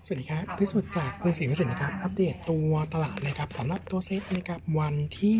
สวัสดีครับพิสุทธิ์จากกรุงศรีวิสิตนะครับอัปเดตตัวตลาดนะครับสำหรับตัวเซ็ตนะครับวันที่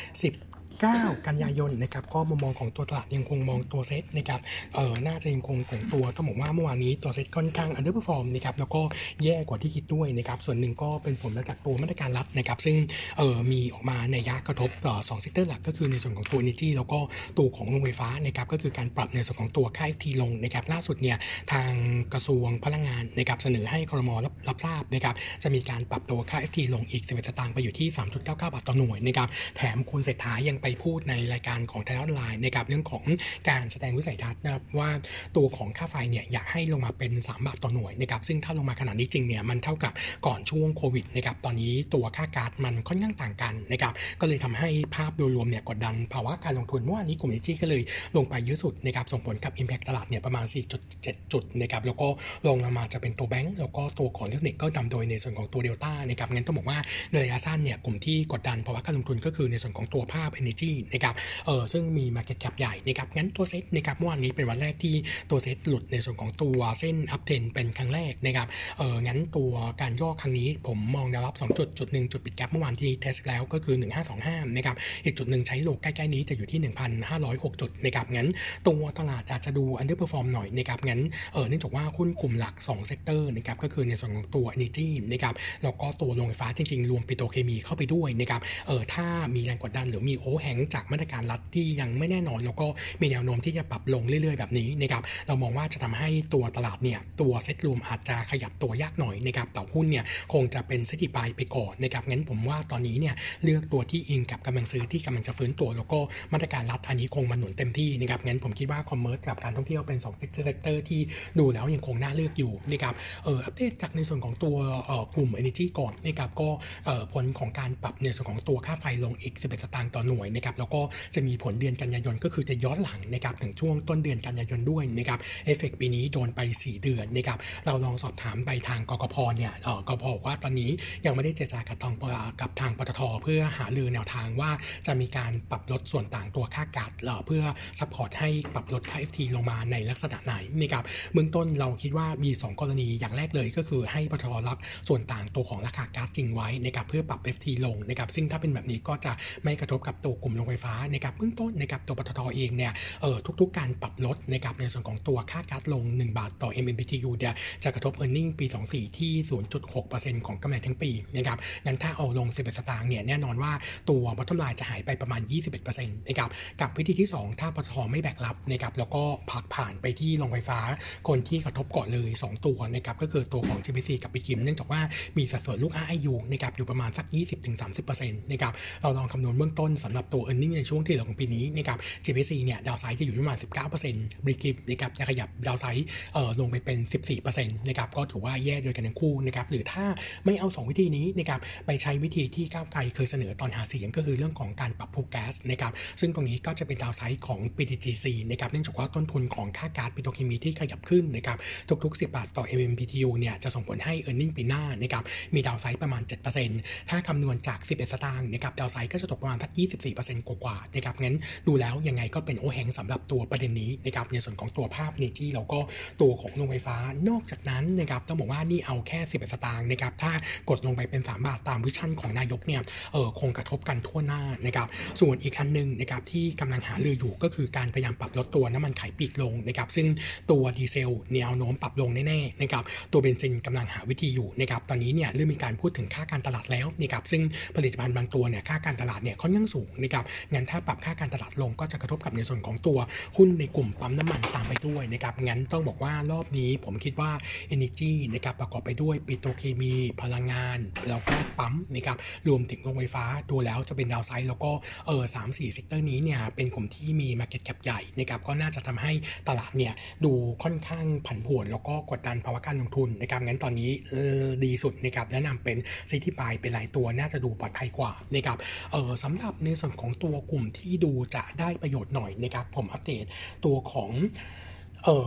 19กันยายนนะครับก็มุมมองของตัวตลาดยังคงมองตัวเซ็ตนะครับน่าจะยังคงแข็งตัวต้องบอกว่าเมื่อวานนี้ตัวเซ็ตค่อนข้าง underperform นะครับแล้วก็แย่กว่าที่คิดด้วยนะครับส่วนหนึ่งก็เป็นผลมาจากตัวมาตรการรัฐนะครับซึ่งมีออกมาในยะกระทบ2เซกเตอร์หลักก็คือในส่วนของตัว Energy แล้วก็ตัวของโรงไฟฟ้านะครับก็คือการปรับในส่วนของตัวค่า FT ลงนะครับล่าสุดเนี่ยทางกระทรวงพลังงานนะครับเสนอให้ครม.รับทราบนะครับจะมีการปรับตัวค่า FT ลงอีก11สตางค์ไปอยู่ที่ 3.99 บาทต่อหน่วยนะครับแถมคุณเศรษฐายังไปพูดในรายการของไทยออนไลน์นะครับเรื่องของการแสดงวิสัยทัศน์นะครับว่าตัวของค่าไฟเนี่ยอยากให้ลงมาเป็น3บาทต่อหน่วยนะครับซึ่งถ้าลงมาขนาดนี้จริงเนี่ยมันเท่ากับก่อนช่วงโควิดนะครับตอนนี้ตัวค่าก๊าซมันค่อนข้างต่างกันนะครับก็เลยทำให้ภาพโดยรวมเนี่ยกดดันภาวะการลงทุนเมื่อวานนี้กลุ่ม Energy ก็เลยลงไปเยอะสุดนะครับส่งผลกับ Impact ตลาดเนี่ยประมาณ 4.7 จุดนะครับแล้วก็ลงมาจะเป็นตัวแบงก์แล้วก็ตัวของอิเล็กทรอนิกส์ก็นำโดยในส่วนของตัว Delta นะครับงั้นต้องบอกว่าในระยะสั้นเนี่ยกลุ่มที่กดดันภาวะการลงทุนก็คือในส่วนของตัวภาพ Energy นะครับซึ่งมี Market Cap ใหญ่นะครับงั้นตัวเซ็ตนะครับเมื่อวานนี้เป็นวันแรกที่ตัวเซ็ตหลุดในส่วนของตัวเส้น Up Trend เป็นครั้งแรกนะครับงั้นตัวการย่อครั้งนี้ผมมองแนวรับ2จุดจุด1จุดปิดแกปเมื่อวานที่เทสแล้วก็คือ1525นะครับอีกจุดหนึ่งใช้โลใกล้ๆนี้จะอยู่ที่ 1,506 จุดนะครับงั้นตัวตลาดอาจจะดู underperform หน่อยนะครับงั้นเนื่องจากว่าหุ้นกลุ่มหลัก2เซกเตอร์นะครับก็คือในส่วนของตัว Energy นะครับแล้วก็ตัวโรงไฟฟ้าจริงๆรวมปิโตรเคมีเข้าไปด้วยนะครับถ้ามีแรงกดดันหรือมีโอเวอร์แฮงจากมาตรการรัฐที่ยังไม่แน่นอนแล้วก็มีแนวโน้มที่จะปรับลงเรื่อยๆแบบนี้นะครับเรามองว่าจะทำให้ตัวตลาดเนี่ยตัวเซ็ตรวมอาจจะขยับตัวยากหน่อยนะครับแต่หุ้นเนี่ยคงจะเป็นเซ็ตที่ไปก่อนนะครับงั้นผมว่าตอนนี้เนี่ยเลือกตัวที่อิงกับกำลังซื้อที่กำลังจะฟื้นตัวแล้วก็มาตรการรัฐอันนี้คงมาหนุนเต็มที่นะครับงั้นผมคิดว่าคอมเมอร์สกับการท่องเที่ยวเป็น2เซกเตอร์ที่ดูแล้วยังคงน่าเลือกอยู่นะครับอัปเดตจากในส่วนของตัวกลุ่ม Energy ก่อนนะครับก็ผลของการปรับในส่วนของตัวค่าไฟลงอีก11สตางค์ต่อหน่วยนะครับแล้วก็จะมีผลเดือนกันยายนก็คือจะย้อนหลังนะครับถึงช่วงต้นเดือนกันยายนด้วยนะครับเอฟเฟกต์ปีนี้โดนไป4เดือนนะครับเราลองสอบถามไปทางกกพเนี่ยกกพบอกว่าตอนนี้ยังไม่ได้เจรจากับทางปตทเพื่อหารือแนวทางว่าจะมีการปรับลดส่วนต่างตัวค่าก๊าซเพื่อซัพพอร์ตให้ปรับลดค่า FT ลงมาในลักษณะไหนนะครับเบื้องต้นเราคิดว่ามี2กรณีอย่างแรกเลยก็คือให้ปตทรับส่วนต่างตัวของราคาก๊าซจริงไว้นะครับเพื่อปรับ FT ลงนะครับซึ่งถ้าเป็นแบบนี้ก็จะไม่กระทบกับตัวกลุ่มโรงไฟฟ้านะครับเบื้องต้นนะครับตัวปตทเองเนี่ยทุกๆการปรับลดนะครับในส่วนของตัวค่าก๊าซลง1บาทต่อ MMBTU เนี่ยจะกระทบ earning ปี24ที่ 0.6% ของกำไรทั้งปีนะครับงั้นถ้าเอาลง11สตางค์เนี่ยแน่นอนว่าตัว bottom line จะหายไปประมาณ 21% นะครับกับวิธีที่2ถ้าปตทไม่แบกรับนะครับแล้วก็พักผ่านไปที่โรงไฟฟ้าคนที่กระทบก่อนเลย2ตัวนะครับก็คือตัวของ GPC กับ PGIM เนื่องจากว่ามีสัดส่วนลูก RIU นะครับอยู่ประมาณสัก 20-30% นะครับเราลองคำนวณเบื้องต้นสำหรับตัว earning ในช่วงที่เหลือของปีนี้นะครับ GPC เนี่ยดาวไซด์จะอยู่ประมาณ 19% PGIM นะครับจะขยับดาวไซด์ลงไปเป็น 14% นะครับก็ถือว่าแย่โดยกันทั้งคู่นะครับหรือถ้าไม่เอา2วิธีนี้นะครับไปใช้วิธีที่ก้าวไกลเคยเสนอตอนหาเสียงก็คือเรื่องของการปรับภูแก๊สนะครับซึ่งตรงนี้ก็จะเป็นดาวไซด์ของ PTTGC นะครับเนื่องจากว่าต้นทุนของค่าก๊าซปิโตรเคมีที่ขยับขึ้นนะครับทุกๆ10บาทต่อ MMBTU เนี่ยจะส่งผลให้ earning ปีหน้านะครับมีดาวไซด์ประมาณ 7% ถ้าคำนวณจาก11สตางค์นะครับดาวไซด์ก็จะตกประมาณสัก 24% กว่าๆนะครับงั้นดูแล้วยังไงก็เป็นโอแฮงสำหรับตัวประเด็นนี้นะครับในส่วนของตัวภาพ Energy แล้วก็ตัวของโรงไฟฟ้านอกจากนั้นนะครับต้องบอกว่านี่เอาแค่11สตางค์นะครับถ้ากดลงไปเป็น3บาทตามวิชั่นของนายกเนี่ยคงกระทบกันทั่วหน้านะครับส่วนอีกอันนึงนะครับที่กำลังหารืออยู่ก็คือการพยายามปรับลดตัวน้ำมันขายปลีกลงนะครับซึ่งตัวดีเซลแนวโน้มปรับลงแน่ๆนะครับตัวเบนซินกำลังหาวิธีอยู่นะครับตอนนี้เนี่ยเริ่มมีการพูดถึงค่าการตลาดแล้วนะครับซึ่งผลิตภัณฑ์บางตัวเนี่ยค่าการตลาดเนี่ยค่อนข้างสูงนะครับงั้นถ้าปรับค่าการตลาดลงก็จะกระทบกับในส่วนของตัวหุ้นในกลุ่มปั๊มน้ำมันตามไปด้วยนะครับงั้นต้องบอกว่ารอบนี้ผมคิดว่า Energy นะครับประกอบไปด้วยปิโตรเคมีพลังงานแล้วก็ปั๊มนะครับรวมถึงโรงไฟฟ้าดูแล้วจะเป็นดาวไซด์แล้วก็3-4 เซกเตอร์นี้เนี่ยเป็นกลุ่มที่มี Market Cap ใหญ่นะครับก็น่าจะทำให้ตลาดเนี่ยดูค่อนข้างผันผวนแล้วก็กดดันภาวะการลงทุนนะครับงั้นตอนนี้ดีสุดนะครับแนะนำเป็นซิตี้บายเป็นรายตัวน่าจะดูปลอดภัยกว่านะครับสำหรับในส่วนของตัวกลุ่มที่ดูจะได้ประโยชน์หน่อยนะครับผมอัปเดตตัวของ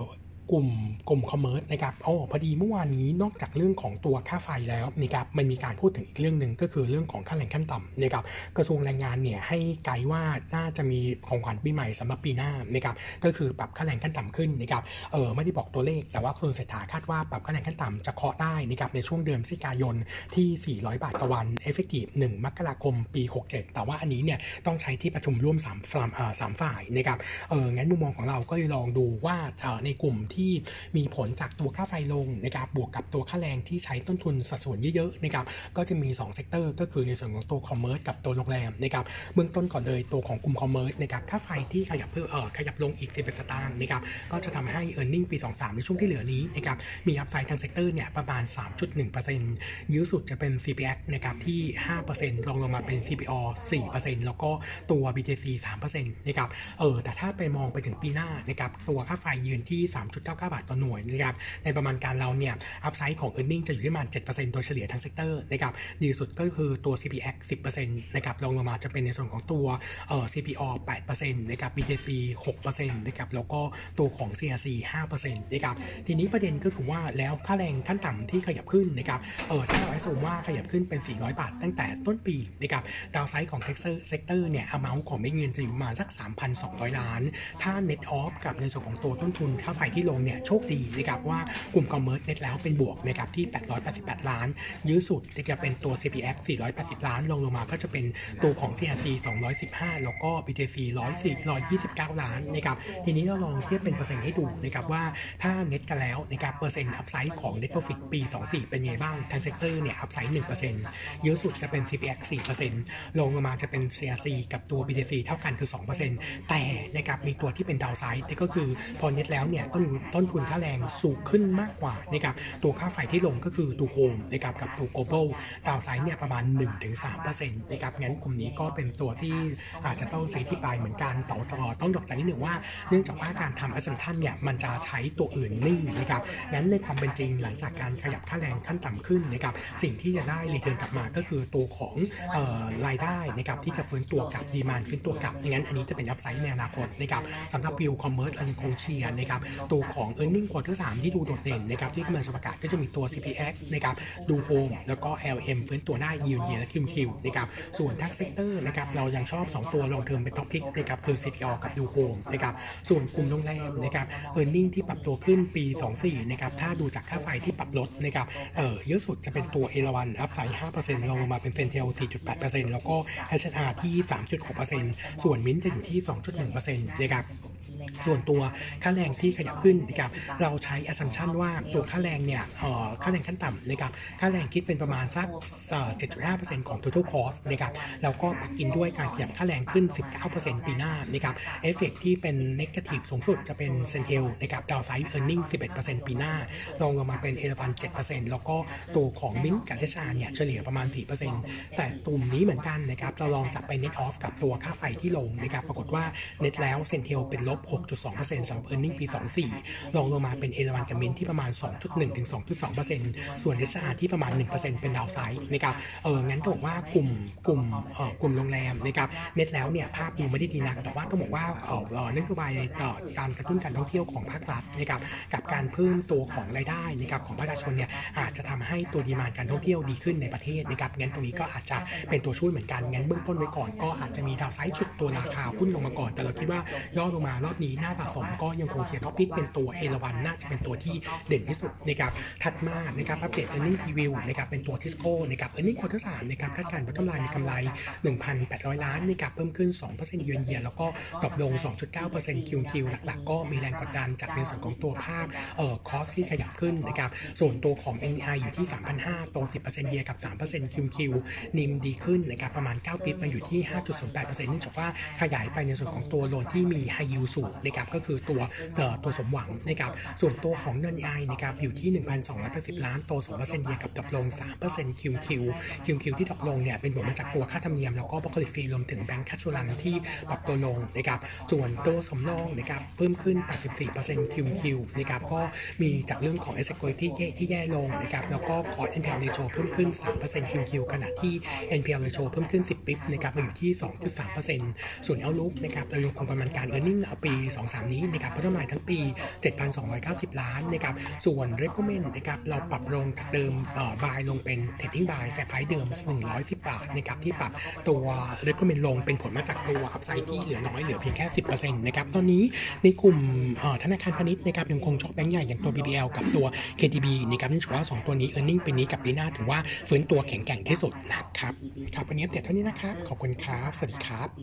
กลุ่มคอมเมอร์สนะครับพอดีเมื่อวานนี้นอกจากเรื่องของตัวค่าไฟแล้วนะครับมันมีการพูดถึงอีกเรื่องหนึ่งก็คือเรื่องของค่าแรงขั้นต่ำนะครับกระทรวงแรงงานเนี่ยให้ไกด์ว่าน่าจะมีของขวัญปีใหม่สำหรับปีหน้านะครับก็คือปรับค่าแรงขั้นต่ำขึ้นนะครับไม่ได้บอกตัวเลขแต่ว่าคุณเศรษฐาคาดว่าปรับค่าแรงขั้นต่ำจะเคาะได้นะครับในช่วงเดือนพฤศจิกายนที่400 บาทต่อวัน effective 1 มกราคมปี 67แต่ว่าอันนี้เนี่ยต้องใช้ที่ประชุมร่วม3ฝ่ายนะครับงั้นมุมมองของเราก็เลยลองดูว่าในกลุ่มที่มีผลจากตัวค่าไฟลงนะครับบวกกับตัวค่าแรงที่ใช้ต้นทุนสัดส่วนเยอะๆนะครับก็จะมี2เซกเตอร์ก็คือในส่วนของตัวคอมเมอร์สกับตัวโรงแรมนะครับเบื้องต้นก่อนเลยตัวของกลุ่มคอมเมอร์สนะครับค่าไฟที่ขยับลงอีก11 สตางค์นะครับก็จะทำให้ earning ปี 23ในช่วงที่เหลือนี้นะครับมีอัพไซด์ทางเซกเตอร์เนี่ยประมาณ 3.1% ยื้อสุดจะเป็น CPX นะครับที่ 5% ลงมาเป็น CPO 4% แล้วก็ตัว BTC 3% นะครับแต่ถ้าไปมองไปถึงปีหน้านะครับตัวค่าไฟยืนที่ 3.99 บาทต่อหน่วยนะครับในประมาณการเราเนี่ยอัพไซด์ของ earning จะอยู่ที่ประมาณ 7% โดยเฉลี่ยทั้งเซกเตอร์นะครับดีสุดก็คือตัว CPX 10% นะครับลงมาจะเป็นในส่วนของตัวCPO 8% นะครับ BTC 6% นะครับแล้วก็ตัวของ CRC 5% นะครับทีนี้ประเด็นก็คือว่าแล้วค่าแรงขั้นต่ำที่ขยับขึ้นนะครับถ้าเราให้สูงว่าขยับขึ้นเป็น400 บาทตั้งแต่ต้นปีนะครับดาวไซด์ของเซกเตอร์เนี่ยamount ของเม็ดเงินจะอยู่ประมาณสัก 3,200 ล้านถ้า net off กับในส่วนของตัวต้นทุนค่าไฟที่ลงเนี่ยโชคดีนะครับว่ากลุ่มคอมเมอร์ส net แล้วเป็นบวกนะครับที่888 ล้านยื้อสุดจะเป็นตัว CPX 480 ล้านลงมาก็จะเป็นตัวของ CRC 215แล้วก็ BTC 129 ล้านนะครับทีนี้เราลองเทียบเป็นเปอร์เซ็นต์ให้ดูนะครับว่าถ้า net กันแล้วนะครับเปอร์เซ็นต์อัพไซด์ของ net profit ปี 24เป็นไงบ้างทางเซกเตอร์เนี่ยอัพไซด์ 1% เยอะสุดจะเป็น CPX 4% ลงมาจะเป็น CRC กับตัว BTC เท่ากันคือ 2% แต่นะครับมีตัวที่เป็นดาวไซด์ก็คือพอ net แล้วเนี่ยต้นทุนค่าแรงสูงขึ้นมากกว่านะครับตัวค่าไฟที่ลงก็คือตัวโฮมนะครับกับตัว global ดาวไซด์เนี่ยประมาณ 1-3% นะครับงั้นกลุ่มนี้ก็เป็นตัวที่อาจจะต้องซื้อที่ปลายเหมือนกันต้องดอกจันนิดหนึ่งว่าเนื่องจากว่าการทำ assumption เนี่ยมันจะใช้ตัวอื่นนิ่งนะครับงั้นในความเป็นจริงหลังจากการขยับค่าแรงขั้นต่ำขึ้นนะครับสิ่งที่จะได้รีเทิร์นกลับมาก็คือตัวของรายได้นะครับที่จะฟื้นตัวกลับดีมานด์ฟื้นตัวกลับงั้นอันนี้จะเป็นอัพไซด์ในอนาคตนะครับสำหรับวิวคอมเมอร์สยังคงเชียร์นะครับตัวของ earning quarter 3ที่ดูโดดเด่นนะครับที่กำลังจะประกาศก็จะมีตัว CPX นะครับดูโฮมแล้วก็ LM ฟื้นตัวได้ยืนเยียและคิวนะครับส่วนทักเซกเตอร์นะครับเรายังชอบ2ตัวลองเทอมเป็นท็อปพิกนะครับคือ CPO กับดูโฮมนะครับส่วนกลุ่มโรงแรมนะครับ earning ที่ปรับตัวขึ้นปี 24นะครับถ้าดูจากค่าไฟที่ปรับลดนะครับเยอะสุดจะเป็นตัวเอราวัณอัพไซด์ 5% ลงมาเป็นเซนเทล 4.8% แล้วก็ H&R ที่ 3.6% ส่วนมิ้นจะอยู่ที่ 2.1% นะครับส่วนตัวค่าแรงที่ขยับขึ้นนะครับเราใช้ assumption ว่าตัวค่าแรงเนี่ยค่าแรงขั้นต่ำนะครับค่าแรงคิดเป็นประมาณสัก 7.5% ของ total cost นะครับแล้วก็ปักอินด้วยการขยับค่าแรงขึ้น 19% ปีหน้านะครับเอฟเฟกต์ที่เป็น negative สูงสุดจะเป็นเซนเทลนะครับดาวไซด์ earning 11% ปีหน้าลงมาเป็นเอราวัณ 7% แล้วก็ตัวของมิ้นกับเทชาเนี่ยเฉลี่ยประมาณ 4% แต่กลุ่มนี้เหมือนกันนะครับเราลองจับไป net off กับตัวค่าไฟที่ลงนะครับปรากฏว่า net แล้วเซนเทลเป็นลบ 6.2% สำหรับ earning ปี 24ลงมาเป็นเอราวัณกับมิ้นที่ประมาณ 2.1 ถึง 2.2% ส่วน HR ที่ประมาณ 1% เป็นดาวไซด์นะครับงั้นต้องบอกว่ากลุ่มโรงแรมนะครับ net แล้วเนี่ยภาพดูไม่ได้ดีนักแต่ว่าต้องบอกว่านโยบายการกระตุ้นการท่องเที่ยวของภาครัฐนะครับกับการเพิ่มตัวของรายได้นะครับของประชาชนเนี่ยอาจจะทำให้ตัวดีมานด์การท่องเที่ยวดีขึ้นในประเทศนะครับงั้นตรงนี้ก็อาจจะเป็นตัวช่วยเหมือนกันงั้นเบื้องต้นไว้ก่อนก็อาจจะมีดาวไซด์ฉุดตัวราคาหุ้นลงมาก่อนแต่เราคิดว่าย่อลงมารอบนี้หน้าปากผมก็ยังคงเขียนท็อปพิกเป็นตัวเอราวัณน่าจะเป็นตัวที่เด่นที่สุดนะครับถัดมานะครับอัปเดต earning preview นะครับเป็นตัวทิสโก้นะครับ earning quarter 3นะครับคาดการณ์ bottom line มีกำไร 1,800 ล้านนะครับเพิ่มขึ้น 2% year on year แล้วก็ดรอปลง 2.9% QQ หลักๆก็มีแรงกดดันจากในส่วนของตัวภาพcost ที่ขยับขึ้นนะครับส่วนตัวของ NI อยู่ที่ 3,500 โต 10% year กับ 3% QQ นิมดีขึ้นนะครับประมาณ9 ปิ๊บมาอยู่ที่ 5.08% เนื่องจากว่าขยายไปในส่วนของตัวโลนที่มี high yield สูงนะครับก็คือตัวสมหวังนะครับส่วนตัวของเงิน NI นะครับอยู่ที่ 1,280 ล้านโต 2% year กับดรอปลง 3% QQ ที่ดรอปลงเนี่ยเป็นผลมาจากตัวค่าธรรมเนียมแล้วก็บริษัทฟรีรวมถึงแบงก์คัชชูรันที่ปรับตัวลงนะครับส่วนตัวสำรองนะครับเพิ่มขึ้น 84% QQ นะครับก็มีจากเรื่องของ asset quality ที่แย่ลงนะครับแล้วก็ cost NPL ratio เพิ่มขึ้น 3% QQ ขณะที่ NPL ratio เพิ่มขึ้น 10 ปิ๊บนะครับมาอยู่ที่ 2.3% ส่วน outlook นะครับเรายังคงประมาณการ earning ปี 23นี้นะครับพัฒนาทั้งปี 7,290 ล้านนะครับส่วน recommend นะครับเราปรับลงจากเดิมbuy ลงเป็น trading buy fair price เดิม110 บาทนะครับที่ปรับตัว recommend ลงเป็นผลมาจากตัว upside ที่เหลือน้อยเหลือเพียงแค่ 10% นะครับตอนนี้ในกลุ่มธนาคารพาณิชย์นะครับยังคงช็อปแบงก์ใหญ่อย่างตัว BBL กับตัว KTB นะครับเนื่องจากว่า2ตัวนี้ earning ปีนี้กับปีหน้าถือว่าฟื้นตัวแข็งแกร่งที่สุดนะครับวันนี้อัปเดตเท่านี้นะครับขอบคุณครับสวัสดีครับ